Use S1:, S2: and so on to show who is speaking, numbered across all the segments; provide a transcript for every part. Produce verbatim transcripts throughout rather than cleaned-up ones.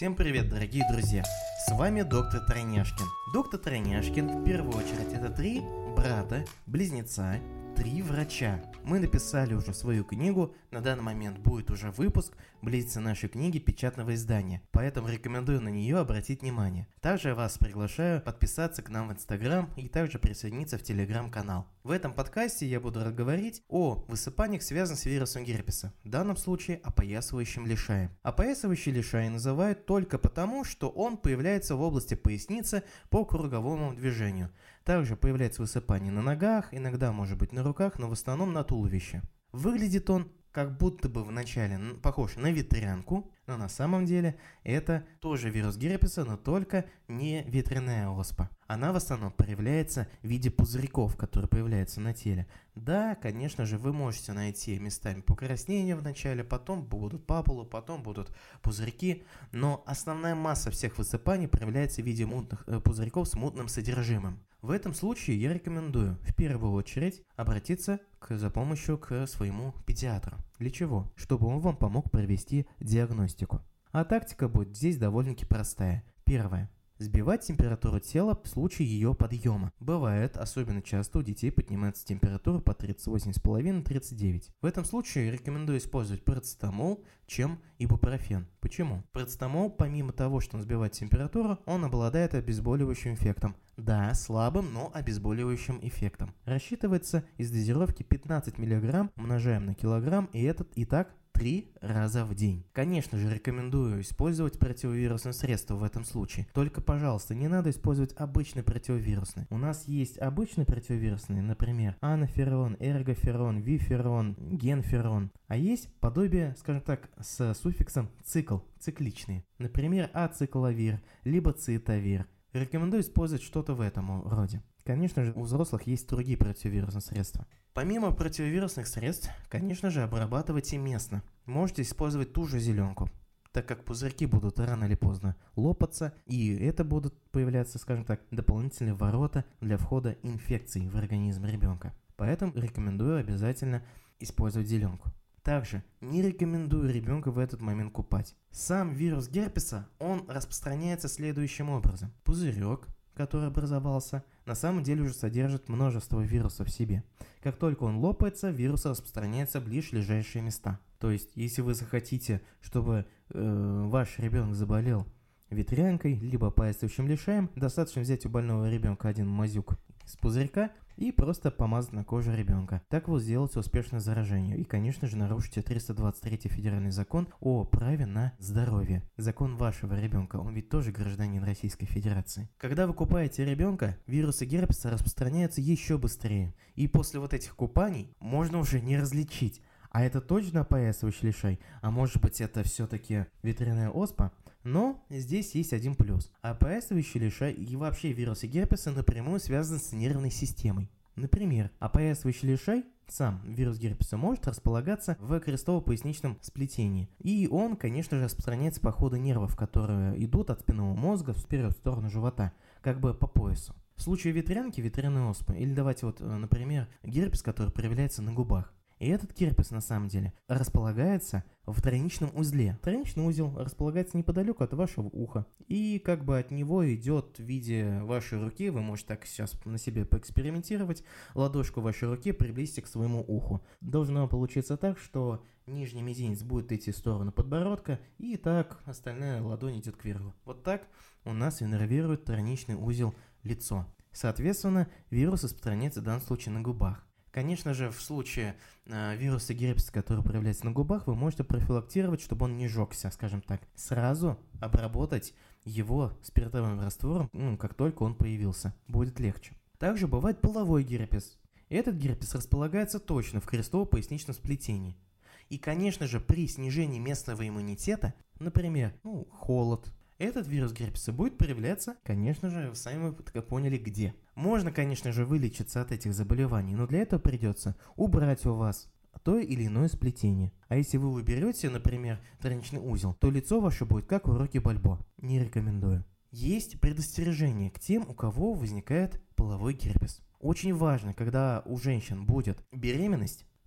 S1: Всем привет, дорогие друзья! С вами доктор Тройняшкин. Доктор Тройняшкин в первую очередь это три брата, близнеца, три врача. Мы написали уже свою книгу, на данный момент будет уже выпуск, близится нашей книги печатного издания, поэтому рекомендую на нее обратить внимание. Также я вас приглашаю подписаться к нам в Инстаграм и также присоединиться в Телеграм-канал. В этом подкасте я буду говорить о высыпаниях, связанных с вирусом герпеса, в данном случае опоясывающим лишаем. Опоясывающий лишай называют только потому, что он появляется в области поясницы по круговому движению. Также появляется высыпание на ногах, иногда может быть на руках, но в основном на туловище. Выглядит он как будто бы вначале похож на ветрянку, но на самом деле это тоже вирус герпеса, но только не ветряная оспа. Она в основном проявляется в виде пузырьков, которые появляются на теле. Да, конечно же, вы можете найти местами покраснения в начале, потом будут папулы, потом будут пузырьки, но основная масса всех высыпаний проявляется в виде мутных э, пузырьков с мутным содержимым. В этом случае я рекомендую в первую очередь обратиться к, за помощью к своему педиатру. Для чего? Чтобы он вам помог провести диагностику. А тактика будет здесь довольно-таки простая. Первое. Сбивать температуру тела в случае ее подъема. Бывает, особенно часто у детей поднимается температура по тридцать восемь и пять - тридцать девять. В этом случае рекомендую использовать парацетамол, чем ибупрофен. Почему? Парацетамол, помимо того, что он сбивает температуру, он обладает обезболивающим эффектом. Да, слабым, но обезболивающим эффектом. Рассчитывается из дозировки пятнадцать миллиграмм, умножаем на килограмм, и этот и так три раза в день. Конечно же, рекомендую использовать противовирусные средства в этом случае. Только, пожалуйста, не надо использовать обычный противовирусный. У нас есть обычный противовирусный, например, анаферон, эргоферон, виферон, генферон. А есть подобие, скажем так, с суффиксом цикл, цикличные. Например, ацикловир, либо цитовир. Рекомендую использовать что-то в этом роде. Конечно же, у взрослых есть другие противовирусные средства. Помимо противовирусных средств, конечно же, обрабатывайте местно. Можете использовать ту же зеленку, так как пузырьки будут рано или поздно лопаться, и это будут появляться, скажем так, дополнительные ворота для входа инфекций в организм ребенка. Поэтому рекомендую обязательно использовать зеленку. Также не рекомендую ребенка в этот момент купать. Сам вирус герпеса, он распространяется следующим образом. Пузырек, который образовался, на самом деле уже содержит множество вирусов в себе. Как только он лопается, вирус распространяется в ближайшие места. То есть, если вы захотите, чтобы э, ваш ребенок заболел ветрянкой, либо опоясывающим лишаем, достаточно взять у больного ребенка один мазюк с пузырька и просто помазать на кожу ребенка. Так вы сделаете успешное заражение. И, конечно же, нарушите триста двадцать третий федеральный закон о праве на здоровье. Закон вашего ребенка, он ведь тоже гражданин Российской Федерации. Когда вы купаете ребенка, вирусы герпеса распространяются еще быстрее. И после вот этих купаний можно уже не различить, а это точно опоясывающий лишай, а может быть это все-таки ветряная оспа? Но здесь есть один плюс. Опоясывающий лишай и вообще вирусы герпеса напрямую связаны с нервной системой. Например, опоясывающий лишай, сам вирус герпеса, может располагаться в крестово-поясничном сплетении. И он, конечно же, распространяется по ходу нервов, которые идут от спинного мозга вперед в сторону живота, как бы по поясу. В случае ветрянки, ветряной оспы, или давайте вот, например, герпес, который проявляется на губах. И этот герпес, на самом деле, располагается в тройничном узле. Тройничный узел располагается неподалеку от вашего уха. И как бы от него идет в виде вашей руки, вы можете так сейчас на себе поэкспериментировать, ладошку вашей руки приблизьте к своему уху. Должно получиться так, что нижний мизинец будет идти в сторону подбородка, и так остальная ладонь идет кверху. Вот так у нас иннервирует тройничный узел лицо. Соответственно, вирус распространяется в данном случае на губах. Конечно же, в случае э, вируса герпеса, который проявляется на губах, вы можете профилактировать, чтобы он не жёгся, скажем так. Сразу обработать его спиртовым раствором, ну, как только он появился. Будет легче. Также бывает половой герпес. Этот герпес располагается точно в крестово-поясничном сплетении. И, конечно же, при снижении местного иммунитета, например, ну, холод, этот вирус герпеса будет проявляться, конечно же, вы сами поняли где. Можно, конечно же, вылечиться от этих заболеваний, но для этого придется убрать у вас то или иное сплетение. А если вы уберете, например, тройничный узел, то лицо ваше будет как у Рокки Бальбоа. Не рекомендую. Есть предостережение к тем, у кого возникает половой герпес. Очень важно, когда у женщин будет беременность,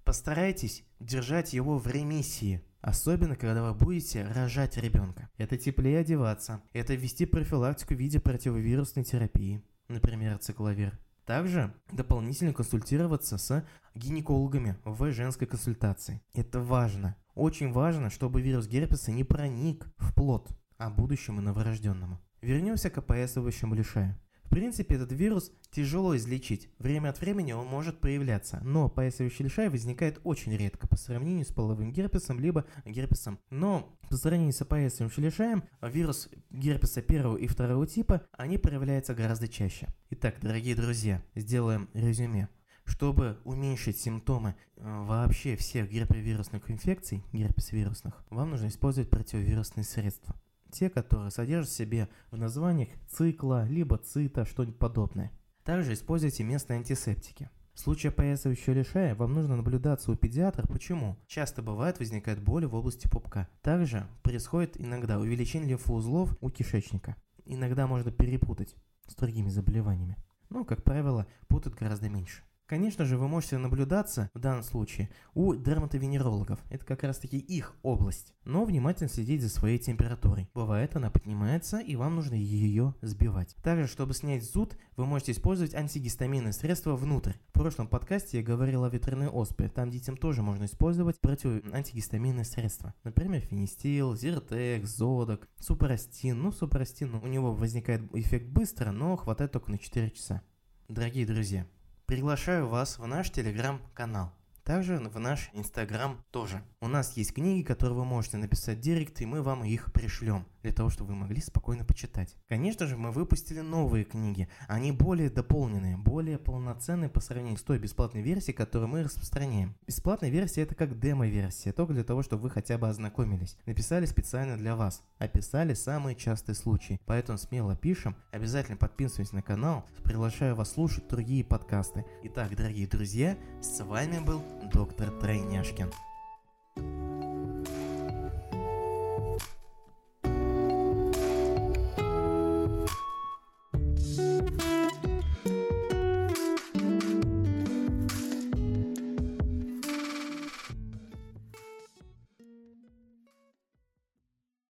S1: Постарайтесь держать его в ремиссии. Особенно, когда вы будете рожать ребенка. Это теплее одеваться. Это ввести профилактику в виде противовирусной терапии. Например, ацикловир. Также дополнительно консультироваться с гинекологами в женской консультации. Это важно. Очень важно, чтобы вирус герпеса не проник в плод, а будущему новорожденному. Вернемся к опоясывающему лишаю. В принципе, этот вирус тяжело излечить. Время от времени он может появляться, но опоясывающий лишай возникает очень редко по сравнению с половым герпесом, либо герпесом. Но по сравнению с опоясывающим лишаем, вирус герпеса первого и второго типа, они проявляются гораздо чаще. Итак, дорогие друзья, сделаем резюме. Чтобы уменьшить симптомы э, вообще всех герпевирусных инфекций, герпесвирусных, вам нужно использовать противовирусные средства. Те, которые содержат в себе в названиях цикла, либо цита, что-нибудь подобное. Также используйте местные антисептики. В случае опоясывающего лишая вам нужно наблюдаться у педиатра. Почему? Часто бывает возникает боль в области пупка. Также происходит иногда увеличение лимфоузлов у кишечника. Иногда можно перепутать с другими заболеваниями. Но, как правило, путают гораздо меньше. Конечно же, вы можете наблюдаться в данном случае у дерматовенерологов. Это как раз таки их область. Но внимательно следить за своей температурой. Бывает, она поднимается, и вам нужно ее сбивать. Также, чтобы снять зуд, вы можете использовать антигистаминные средства внутрь. В прошлом подкасте я говорил о ветряной оспе. Там детям тоже можно использовать противоантигистаминные средства. Например, фенистил, зиртекс, зодок, супрастин. Ну, супрастин, у него возникает эффект быстро, но хватает только на четыре часа. Дорогие друзья, приглашаю вас в наш телеграм-канал. Также в наш инстаграм тоже. У нас есть книги, которые вы можете написать в директ, и мы вам их пришлем, для того, чтобы вы могли спокойно почитать. Конечно же, мы выпустили новые книги. Они более дополненные, более полноценные по сравнению с той бесплатной версией, которую мы распространяем. Бесплатная версия — это как демо-версия, только для того, чтобы вы хотя бы ознакомились. Написали специально для вас. Описали самые частые случаи. Поэтому смело пишем. Обязательно подписывайтесь на канал. Приглашаю вас слушать другие подкасты. Итак, дорогие друзья, с вами был доктор Тройняшкин.